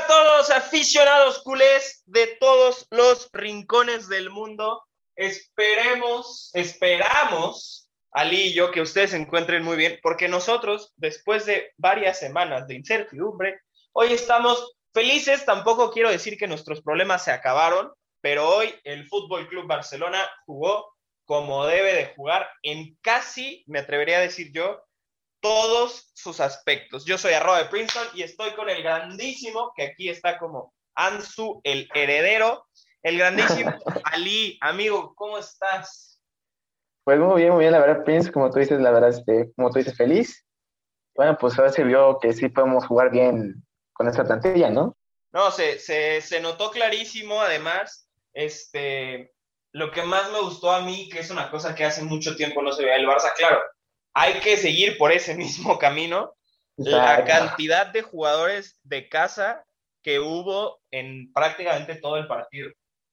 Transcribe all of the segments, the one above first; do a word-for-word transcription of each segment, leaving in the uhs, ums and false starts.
a todos, aficionados culés de todos los rincones del mundo. Esperemos, esperamos, Ali y yo, que ustedes se encuentren muy bien, porque nosotros, después de varias semanas de incertidumbre, hoy estamos felices. Tampoco quiero decir que nuestros problemas se acabaron, pero hoy el Fútbol Club Barcelona jugó como debe de jugar en casi, me atrevería a decir yo, todos sus aspectos. Yo soy arroba de Princeton y estoy con el grandísimo, que aquí está como Ansu, el heredero, el grandísimo Ali. Amigo, ¿cómo estás? Pues muy bien, muy bien, la verdad, Prince, como tú dices, la verdad, este, como tú dices, feliz. Bueno, pues ahora se vio que sí podemos jugar bien con esta plantilla, ¿no? No, se, se, se notó clarísimo, además, este, lo que más me gustó a mí, que es una cosa que hace mucho tiempo no se veía el Barça, claro, hay que seguir por ese mismo camino, la Exacto. cantidad de jugadores de casa que hubo en prácticamente todo el partido.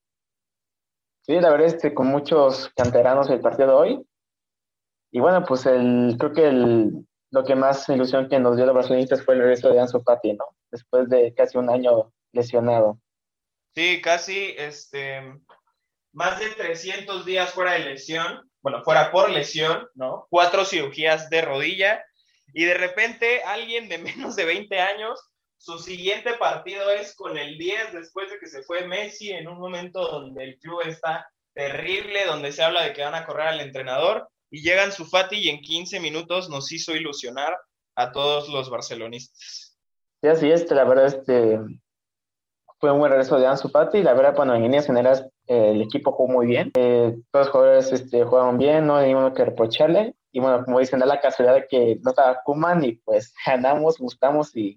Sí, la verdad, este, con muchos canteranos el partido de hoy. Y bueno, pues el, creo que el, lo que más ilusión que nos dio los brasileñistas fue el regreso de Ansu Fati, ¿no? Después de casi un año lesionado. Sí, casi, este, más de trescientos días fuera de lesión, bueno, fuera por lesión, ¿no? Cuatro cirugías de rodilla, y de repente alguien de menos de veinte años, su siguiente partido es con el diez, después de que se fue Messi, en un momento donde el club está terrible, donde se habla de que van a correr al entrenador, y llegan Ansu Fati y en quince minutos nos hizo ilusionar a todos los barcelonistas. Sí, así es, la verdad, este, fue un buen regreso de Ansu Fati. Y la verdad, bueno, en líneas generales, eh, el equipo jugó muy bien. Eh, todos los jugadores este, jugaron bien, no hay ninguno que reprocharle. Y bueno, como dicen, da la casualidad de que no estaba Koeman y pues ganamos, gustamos y,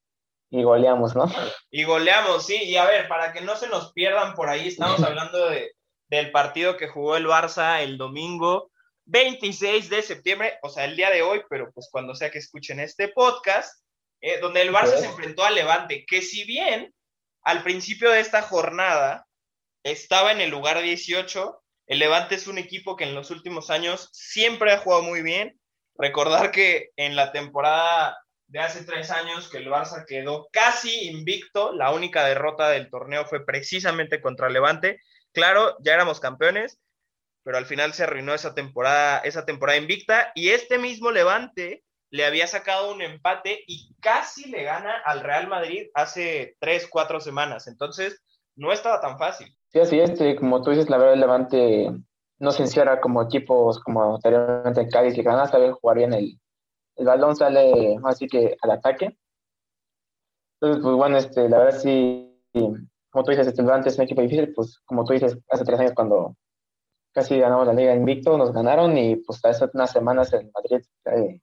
y goleamos, ¿no? Y goleamos, sí. Y a ver, para que no se nos pierdan por ahí, estamos hablando de, del partido que jugó el Barça el domingo veintiséis de septiembre, o sea, el día de hoy, pero pues cuando sea que escuchen este podcast, eh, donde el Barça se enfrentó al Levante, que si bien al principio de esta jornada estaba en el lugar dieciocho, el Levante es un equipo que en los últimos años siempre ha jugado muy bien. Recordar que en la temporada de hace tres años que el Barça quedó casi invicto, la única derrota del torneo fue precisamente contra el Levante. Claro, ya éramos campeones, pero al final se arruinó esa temporada, esa temporada invicta, y este mismo Levante le había sacado un empate y casi le gana al Real Madrid hace tres, cuatro semanas. Entonces, no estaba tan fácil. Sí, así es, este, como tú dices, la verdad, el Levante no se encierra como equipos como anteriormente en Cádiz y Granada, sabe jugar bien el, el balón, sale así que al ataque. Entonces, pues bueno, este, la verdad sí, como tú dices, este, el Levante es un equipo difícil, pues como tú dices, hace tres años cuando casi ganamos la Liga Invicto, nos ganaron y pues hace unas semanas el Madrid eh,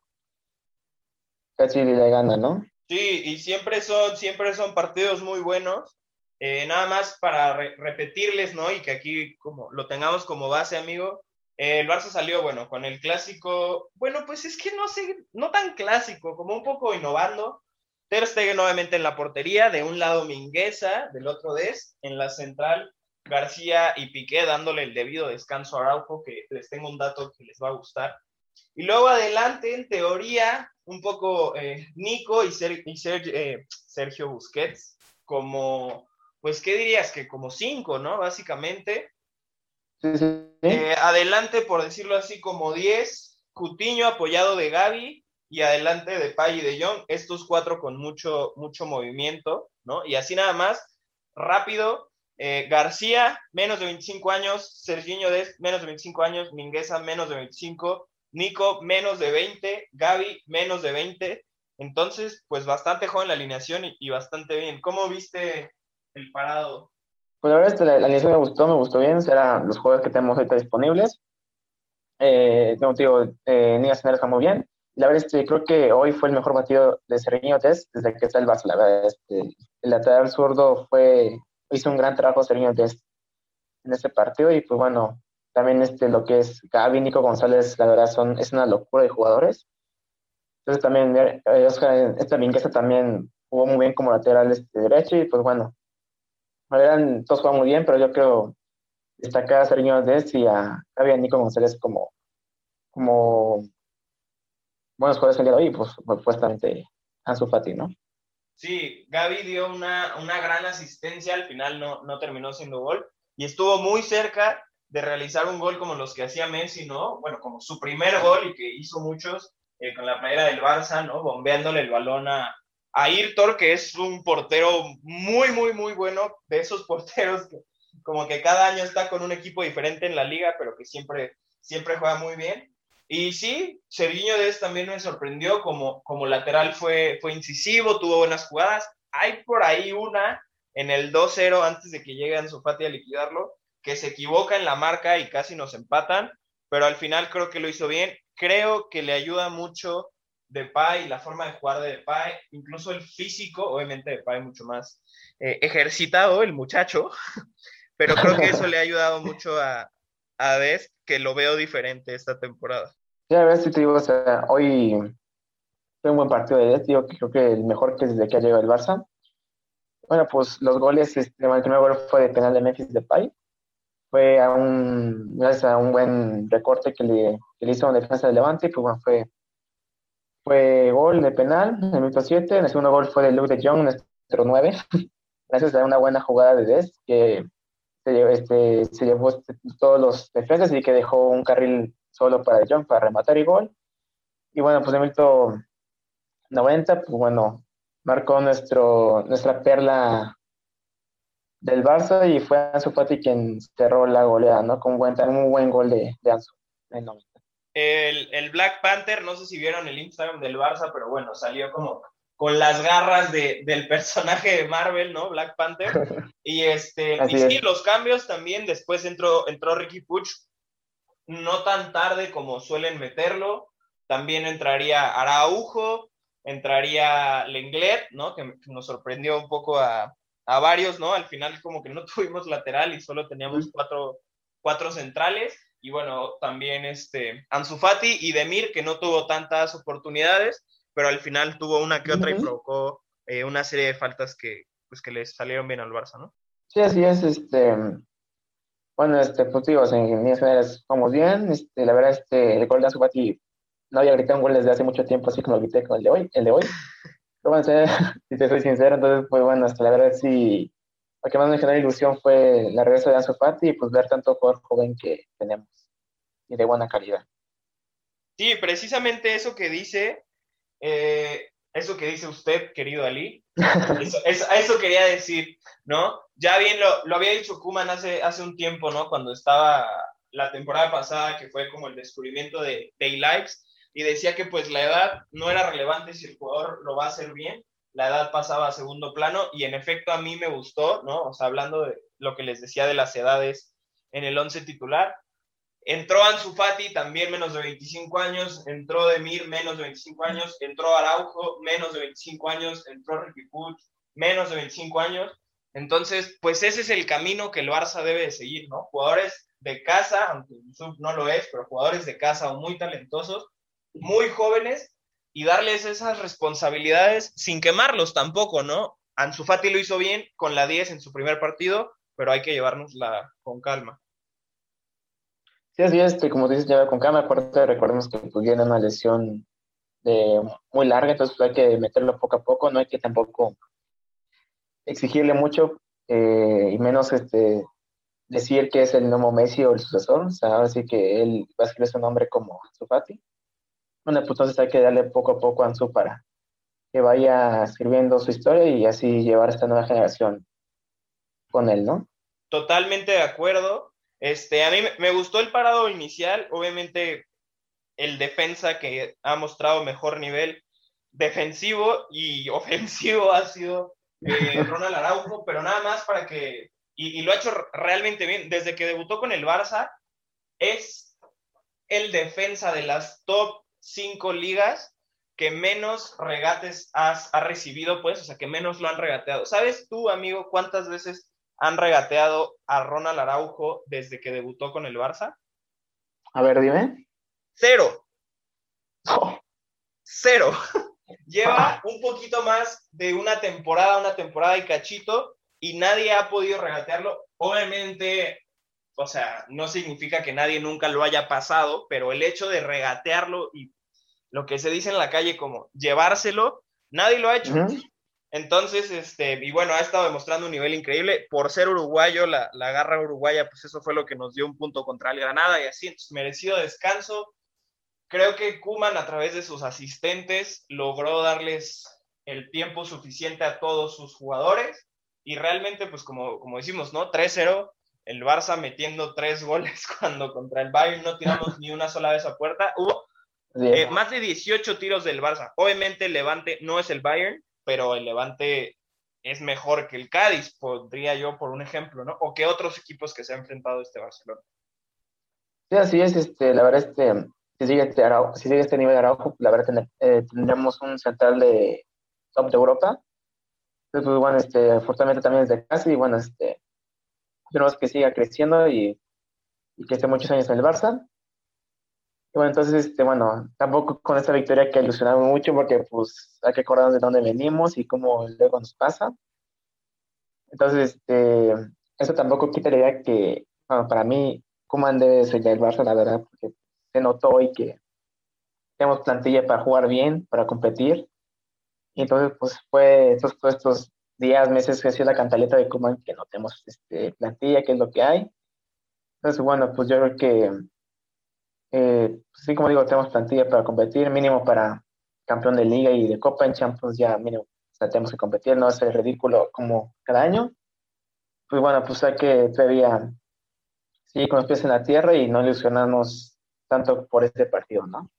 casi le gana, ¿no? Sí, y siempre son, siempre son partidos muy buenos. Eh, nada más para re- repetirles, ¿no? Y que aquí como lo tengamos como base, amigo. Eh, el Barça salió, bueno, con el clásico, bueno, pues es que no sé, no tan clásico, como un poco innovando. Ter Stegen nuevamente en la portería, de un lado Mingueza, del otro Dest, en la central García y Piqué dándole el debido descanso a Araujo, que les tengo un dato que les va a gustar. Y luego adelante, en teoría, un poco eh, Nico y, Ser, y Ser, eh, Sergio Busquets, como, pues, ¿qué dirías? Que como cinco, ¿no? Básicamente. Sí, sí, sí. Eh, adelante, por decirlo así, como diez, Coutinho apoyado de Gavi, y adelante de Depay y de Jong, estos cuatro con mucho, mucho movimiento, ¿no? Y así nada más, rápido, eh, García, menos de veinticinco años, Serginho Dest, menos de veinticinco años, Mingueza, menos de veinticinco, Nico, menos de veinte, Gavi, menos de veinte. Entonces, pues bastante joven la alineación y, y bastante bien. ¿Cómo viste el parado? Pues la verdad, este, la, la alineación me gustó, me gustó bien, serán los juegos que tenemos ahorita disponibles. Eh, como te digo, eh, Niñas está muy bien. La verdad, este, creo que hoy fue el mejor partido de Serginho Dest desde que está el Barça. La verdad, este, el lateral zurdo fue, hizo un gran trabajo Serginho Dest en este partido y pues bueno, también este, lo que es Gavi, Nico González, la verdad son, es una locura de jugadores. Entonces también eh, Oscar, esta Mingueza también jugó muy bien como lateral este, derecho y pues bueno, la verdad todos jugaron muy bien, pero yo creo destacar a Serginho Dest y a Gavi y a Nico González como, como buenos jugadores el día de hoy, pues, pues justamente Ansu Fati, ¿no? Sí, Gavi dio una, una gran asistencia, al final no, no terminó siendo gol, y estuvo muy cerca de realizar un gol como los que hacía Messi, ¿no? Bueno, como su primer gol y que hizo muchos eh, con la playera del Barça, ¿no? Bombeándole el balón a, a Ayrton, que es un portero muy, muy, muy bueno, de esos porteros que como que cada año está con un equipo diferente en la liga, pero que siempre, siempre juega muy bien. Y sí, Serginho Dest también me sorprendió, como, como lateral fue, fue incisivo, tuvo buenas jugadas. Hay por ahí una en el dos cero antes de que llegue Ansu Fati a liquidarlo, que se equivoca en la marca y casi nos empatan, pero al final creo que lo hizo bien. Creo que le ayuda mucho Depay, la forma de jugar de Depay, incluso el físico, obviamente Depay mucho más eh, ejercitado, el muchacho, pero creo que eso le ha ayudado mucho a, a Dest, que lo veo diferente esta temporada. Ya ves, si te digo, o sea, hoy fue un buen partido de Dest, digo que creo que el mejor que desde que ha llegado el Barça. Bueno, pues los goles, este, el primer gol fue de penal de Memphis Depay, fue a un, gracias a un buen recorte que le, que le hizo a un defensa de Levante, y pues bueno, fue, fue gol de penal en el minuto siete. El segundo gol fue de Luke de Jong, nuestro nueve, gracias a una buena jugada de Dest, que se llevó, este, se llevó este, todos los defensas y que dejó un carril solo para de Jong para rematar y gol. Y bueno, pues en el minuto noventa, pues bueno, marcó nuestro, nuestra perla del Barça y fue Ansu Fati quien cerró la goleada, ¿no? Con un buen, un buen gol de, de Ansu. En noventa. El, el Black Panther, no sé si vieron el Instagram del Barça, pero bueno, salió como con las garras de, del personaje de Marvel, ¿no? Black Panther. Y, este, y sí, es. los cambios también, después entró, entró Ricky Puig, no tan tarde como suelen meterlo. También entraría Araujo, entraría Lenglet, ¿no? Que, que nos sorprendió un poco a, a varios, ¿no? Al final como que no tuvimos lateral y solo teníamos cuatro, cuatro centrales. Y bueno, también este Ansu Fati y Demir, que no tuvo tantas oportunidades, pero al final tuvo una que otra y provocó eh, una serie de faltas que, pues, que les salieron bien al Barça, ¿no? Sí, así es. Este, bueno, este, pues digo, en líneas generales vamos bien. Este, la verdad, este, el gol de Ansu Fati no había gritado un gol desde hace mucho tiempo, así como lo grité con el de hoy. El de hoy. Pero bueno, si te soy sincero, entonces, pues bueno, hasta la verdad sí, lo que más me generó ilusión fue la regreso de Ansu Fati y pues ver tanto jugador joven que tenemos y de buena calidad. Sí, precisamente eso que dice, eh, eso que dice usted, querido Ali, eso, eso, eso quería decir, ¿no? Ya bien lo, lo había dicho Koeman hace, hace un tiempo, ¿no? Cuando estaba la temporada pasada, que fue como el descubrimiento de Day-Lives, y decía que pues la edad no era relevante si el jugador lo va a hacer bien, la edad pasaba a segundo plano, y en efecto a mí me gustó, ¿no? O sea, hablando de lo que les decía de las edades en el once titular, entró Ansu Fati, también menos de veinticinco años, entró Demir, menos de veinticinco años, entró Araujo, menos de veinticinco años, entró Ricky Puig, menos de veinticinco años. Entonces, pues ese es el camino que el Barça debe de seguir, ¿no? Jugadores de casa, aunque Yusuf no lo es, pero jugadores de casa o muy talentosos, muy jóvenes, y darles esas responsabilidades sin quemarlos tampoco, ¿no? Ansu Fati lo hizo bien con la diez en su primer partido, pero hay que llevárnosla con calma. Sí, así es, este, como dices, ya con calma, aparte recordemos que pues, viene una lesión de, muy larga, entonces pues, hay que meterlo poco a poco, no hay que tampoco exigirle mucho eh, y menos este, decir que es el nuevo Messi o el sucesor, o sea, ahora sí que él va a escribir su nombre como Ansu Fati. Bueno, pues entonces hay que darle poco a poco a Ansu para que vaya escribiendo su historia y así llevar a esta nueva generación con él, ¿no? Totalmente de acuerdo. Este, a mí me gustó el parado inicial, obviamente el defensa que ha mostrado mejor nivel defensivo y ofensivo ha sido eh, Ronald Araujo, pero nada más para que, y, y lo ha hecho realmente bien, desde que debutó con el Barça, es el defensa de las top cinco ligas que menos regates has, ha recibido, pues, o sea, que menos lo han regateado. ¿Sabes tú, amigo, cuántas veces han regateado a Ronald Araujo desde que debutó con el Barça? A ver, dime. Cero. Oh. Cero. Lleva un poquito más de una temporada, una temporada y cachito, y nadie ha podido regatearlo. Obviamente, o sea, no significa que nadie nunca lo haya pasado, pero el hecho de regatearlo y lo que se dice en la calle como llevárselo, nadie lo ha hecho. Uh-huh. Entonces, este, y bueno, ha estado demostrando un nivel increíble. Por ser uruguayo, la, la garra uruguaya, pues eso fue lo que nos dio un punto contra el Granada y así, entonces, merecido descanso. Creo que Koeman, a través de sus asistentes, logró darles el tiempo suficiente a todos sus jugadores y realmente, pues como, como decimos, ¿no? tres cero, el Barça metiendo tres goles cuando contra el Bayern no tiramos ni una sola vez a puerta. Hubo Así es. eh, más de dieciocho tiros del Barça. Obviamente el Levante no es el Bayern, pero el Levante es mejor que el Cádiz, podría yo por un ejemplo, ¿no? O que otros equipos que se ha enfrentado este Barcelona. Sí, así es, este, la verdad, este, si sigue este, Araujo, si sigue este nivel de Araujo, la verdad ten- eh, tendríamos un central de top de Europa. Entonces, pues, bueno, este, afortunadamente también es de casa y bueno, este, esperemos que siga creciendo y, y que esté muchos años en el Barça. Y bueno, entonces, este, bueno, tampoco con esta victoria hay que ilusionarnos mucho porque pues hay que acordarnos de dónde venimos y cómo luego nos pasa. Entonces, este, eso tampoco quita la idea que, bueno, para mí, Koeman debe ser ya el Barça, la verdad, porque se notó hoy que tenemos plantilla para jugar bien, para competir. Y entonces, pues fue estos, todos estos días, meses que ha sido la cantaleta de Koeman que no tenemos este, plantilla, que es lo que hay. Entonces, bueno, pues yo creo que, eh, sí, como digo, tenemos plantilla para competir, mínimo para campeón de liga y de Copa en Champions, ya mínimo, o sea, tenemos que competir, no es ridículo como cada año. Pues bueno, pues hay que todavía seguir con los pies en la tierra y no ilusionarnos tanto por este partido, ¿no?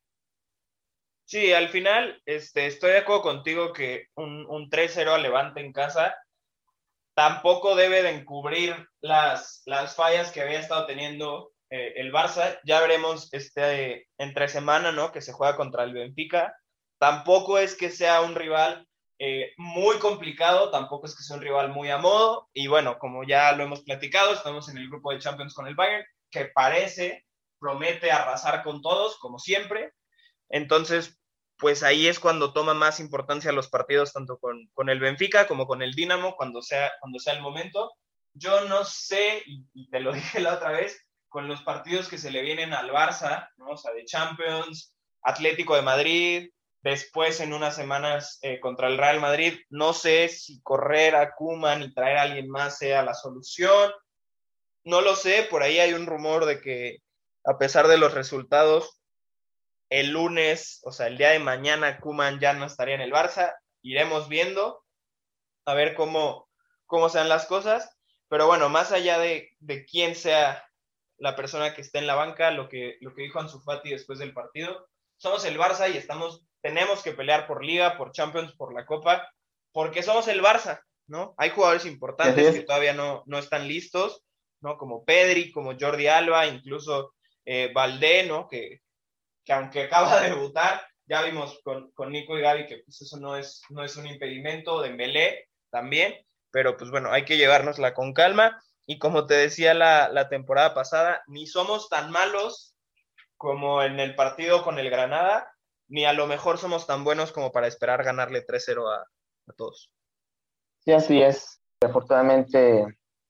Sí, al final este, estoy de acuerdo contigo que un, un tres cero al Levante en casa tampoco debe de encubrir las, las fallas que había estado teniendo eh, el Barça. Ya veremos este, entre semana, ¿no? Que se juega contra el Benfica. Tampoco es que sea un rival eh, muy complicado, tampoco es que sea un rival muy a modo. Y bueno, como ya lo hemos platicado, estamos en el grupo de Champions con el Bayern, que parece, promete arrasar con todos, como siempre. Entonces, pues ahí es cuando toma más importancia los partidos, tanto con, con el Benfica como con el Dinamo, cuando sea, cuando sea el momento. Yo no sé, y, y te lo dije la otra vez, con los partidos que se le vienen al Barça, ¿no? O sea, de Champions, Atlético de Madrid, después en unas semanas eh, contra el Real Madrid, no sé si correr a Koeman y traer a alguien más sea la solución, no lo sé, por ahí hay un rumor de que a pesar de los resultados, el lunes, o sea, el día de mañana, Koeman ya no estaría en el Barça. Iremos viendo a ver cómo, cómo sean las cosas. Pero bueno, más allá de, de quién sea la persona que esté en la banca, lo que, lo que dijo Ansu Fati después del partido, somos el Barça y estamos, tenemos que pelear por Liga, por Champions, por la Copa, porque somos el Barça, ¿no? Hay jugadores Y así importantes que es. todavía no, no están listos, ¿no? Como Pedri, como Jordi Alba, incluso eh, Valdé, ¿no? Que, que aunque acaba de debutar, ya vimos con, con Nico y Gaby que pues eso no es, no es un impedimento, Dembélé también, pero pues bueno, hay que llevárnosla con calma, y como te decía la, la temporada pasada, ni somos tan malos como en el partido con el Granada, ni a lo mejor somos tan buenos como para esperar ganarle tres cero a, a todos. Sí, así es. Afortunadamente,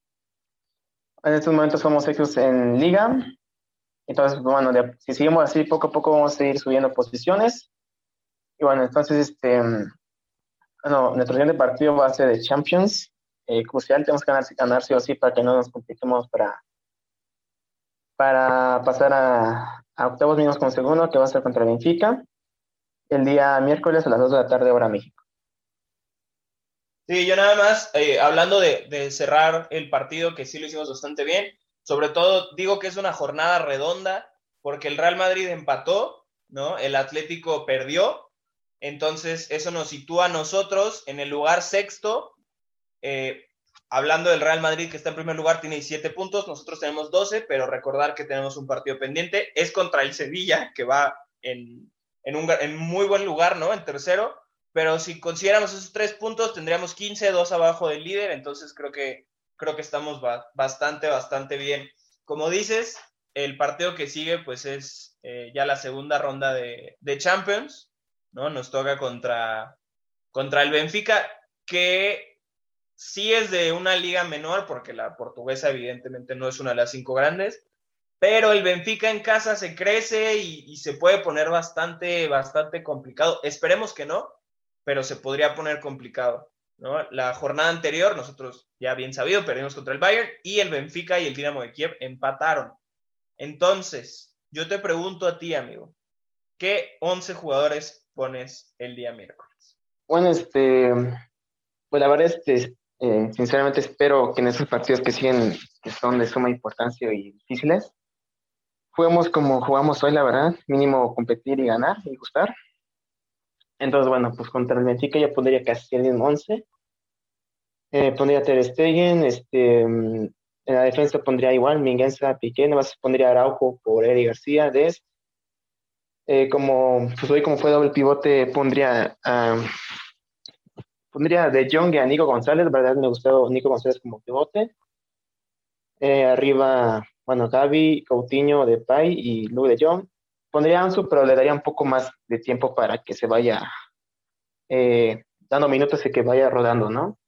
en estos momentos somos sextos en liga. Entonces, bueno, de- si seguimos así, poco a poco vamos a seguir subiendo posiciones. Y bueno, entonces, este, bueno, nuestro siguiente partido va a ser de Champions. Eh, crucial, tenemos que ganar, ganar sí o sí para que no nos compliquemos para, para pasar a, a octavos mismos con segundo, que va a ser contra Benfica, el día miércoles a las dos de la tarde, hora México. Sí, yo nada más, eh, hablando de, de cerrar el partido, que sí lo hicimos bastante bien, sobre todo digo que es una jornada redonda, porque el Real Madrid empató, ¿no? El Atlético perdió, entonces eso nos sitúa a nosotros en el lugar sexto, eh, hablando del Real Madrid que está en primer lugar, tiene diecisiete puntos, nosotros tenemos doce, pero recordar que tenemos un partido pendiente, es contra el Sevilla, que va en, en un en muy buen lugar, ¿no? En tercero, pero si consideramos esos tres puntos, tendríamos quince, dos abajo del líder, entonces creo que, creo que estamos ba bastante, bastante bien. Como dices, el partido que sigue, pues es eh, ya la segunda ronda de, de Champions, ¿no? Nos toca contra, contra el Benfica, que sí es de una liga menor, porque la portuguesa evidentemente no es una de las cinco grandes, pero el Benfica en casa se crece y, y se puede poner bastante, bastante complicado. Esperemos que no, pero se podría poner complicado. ¿no? La jornada anterior, nosotros ya bien sabido, perdimos contra el Bayern y el Benfica y el Dinamo de Kiev empataron. Entonces, yo te pregunto a ti, amigo, ¿qué once jugadores pones el día miércoles? Bueno, este, pues la verdad, este, eh, sinceramente espero que en esos partidos que siguen, que son de suma importancia y difíciles, juguemos como jugamos hoy, la verdad, mínimo competir y ganar y gustar. Entonces, bueno, pues contra el Benfica yo pondría casi el mismo once. Eh, pondría Ter Stegen, este, mm, en la defensa pondría igual, Mingueza, Piqué, nada más pondría Araujo por Eric García, Dest. Eh, como, pues hoy como fue doble pivote, pondría, uh, pondría De Jong y a Nico González, la verdad me gustó Nico González como pivote. Eh, arriba, bueno, Gavi, Coutinho, Depay y Luke de Jong. Pondría a Ansu, pero le daría un poco más de tiempo para que se vaya eh, dando minutos y que vaya rodando, ¿no?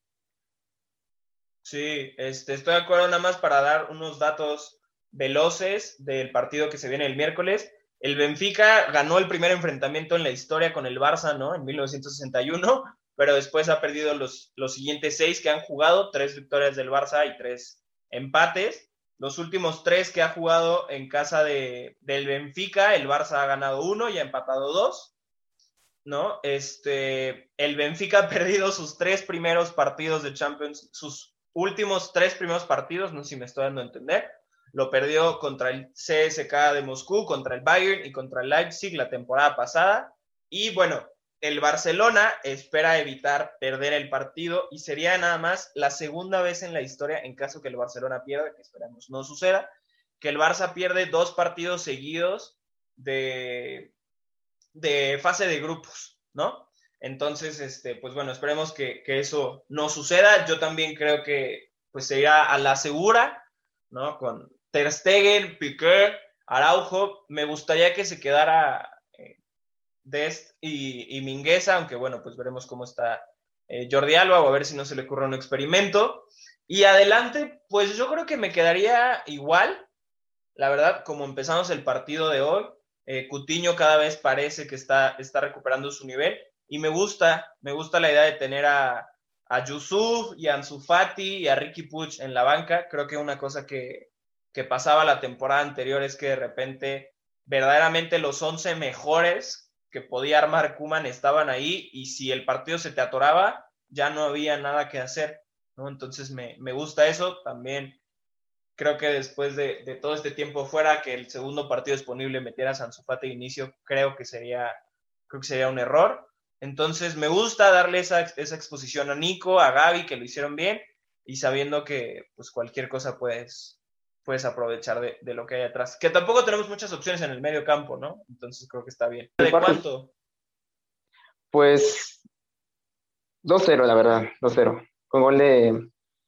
Sí, este, estoy de acuerdo nada más para dar unos datos veloces del partido que se viene el miércoles. El Benfica ganó el primer enfrentamiento en la historia con el Barça, ¿no? En mil novecientos sesenta y uno, pero después ha perdido los, los siguientes seis que han jugado, tres victorias del Barça y tres empates. Los últimos tres que ha jugado en casa de, del Benfica, el Barça ha ganado uno y ha empatado dos, ¿no? Este, el Benfica ha perdido sus tres primeros partidos de Champions, sus últimos tres primeros partidos, no sé si me estoy dando a entender, lo perdió contra el C S K de Moscú, contra el Bayern y contra el Leipzig la temporada pasada. Y bueno, el Barcelona espera evitar perder el partido y sería nada más la segunda vez en la historia, en caso que el Barcelona pierda, que esperamos no suceda, que el Barça pierde dos partidos seguidos de, de fase de grupos, ¿no? Entonces, este, pues bueno, esperemos que, que eso no suceda. Yo también creo que pues se irá a la segura, ¿no? Con Ter Stegen, Piqué, Araujo. Me gustaría que se quedara eh, Dest y, y Mingueza, aunque bueno, pues veremos cómo está eh, Jordi Alba o a ver si no se le ocurre un experimento. Y adelante, pues yo creo que me quedaría igual, la verdad, como empezamos el partido de hoy. Eh, Coutinho cada vez parece que está, está recuperando su nivel y me gusta, me gusta la idea de tener a, a Yusuf y a Ansu Fati y a Riqui Puig en la banca. Creo que una cosa que, que pasaba la temporada anterior es que de repente verdaderamente los once mejores que podía armar Koeman estaban ahí y si el partido se te atoraba ya no había nada que hacer, ¿no? Entonces me, me gusta eso. También creo que después de, de, todo este tiempo fuera, que el segundo partido disponible metiera a Ansu Fati de inicio, creo que sería, creo que sería un error. Entonces me gusta darle esa, esa exposición a Nico, a Gavi, que lo hicieron bien, y sabiendo que pues cualquier cosa puedes, puedes aprovechar de, de lo que hay atrás. Que tampoco tenemos muchas opciones en el medio campo, ¿no? Entonces creo que está bien. ¿De cuánto? Pues dos cero, la verdad, dos cero. Con gol de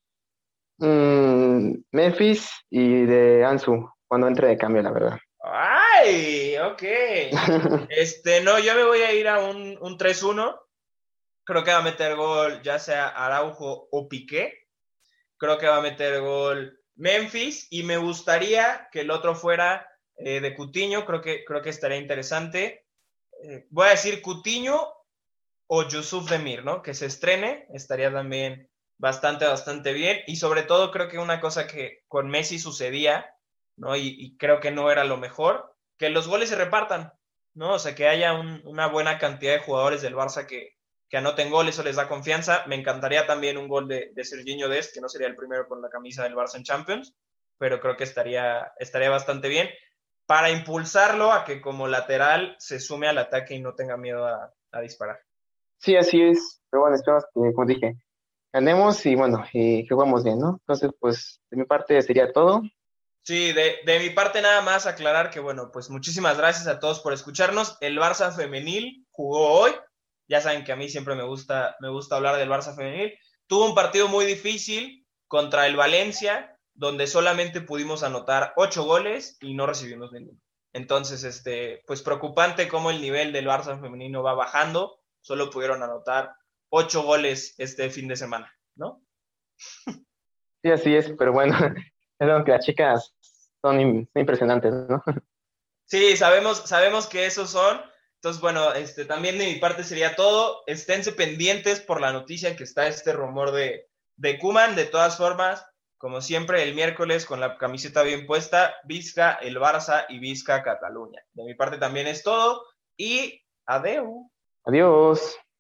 mmm, Memphis y de Ansu, cuando entre de cambio, la verdad. ¡Ay! Ok. Este, no, yo me voy a ir a un, un tres uno. Creo que va a meter gol ya sea Araujo o Piqué. Creo que va a meter gol Memphis y me gustaría que el otro fuera eh, de Coutinho. Creo que, creo que estaría interesante. Eh, voy a decir Coutinho o Yusuf Demir, ¿no? Que se estrene. Estaría también bastante, bastante bien. Y sobre todo creo que una cosa que con Messi sucedía, ¿no? Y, y creo que no era lo mejor, que los goles se repartan, ¿no? O sea, que haya un, una buena cantidad de jugadores del Barça que, que anoten goles, eso les da confianza. Me encantaría también un gol de, de Serginho Dest, que no sería el primero con la camisa del Barça en Champions, pero creo que estaría, estaría bastante bien para impulsarlo a que como lateral se sume al ataque y no tenga miedo a, a disparar. Sí, así es, pero bueno, esperamos que, como dije, ganemos y bueno, y que jugamos bien, ¿no? Entonces, pues, de mi parte sería todo. Sí, de, de mi parte nada más aclarar que, bueno, pues muchísimas gracias a todos por escucharnos. El Barça femenil jugó hoy. Ya saben que a mí siempre me gusta, me gusta hablar del Barça femenil. Tuvo un partido muy difícil contra el Valencia, donde solamente pudimos anotar ocho goles y no recibimos ninguno. Entonces, este, pues preocupante cómo el nivel del Barça femenino va bajando. Solo pudieron anotar ocho goles este fin de semana, ¿no? Sí, así es, pero bueno, es lo que las chicas son impresionantes, ¿no? Sí, sabemos, sabemos que esos son, Entonces, bueno, este, también de mi parte sería todo. Esténse pendientes por la noticia que está este rumor de, de Koeman. De todas formas, como siempre, el miércoles con la camiseta bien puesta, Visca el Barça y Visca Cataluña. De mi parte también es todo y adeu. Adiós.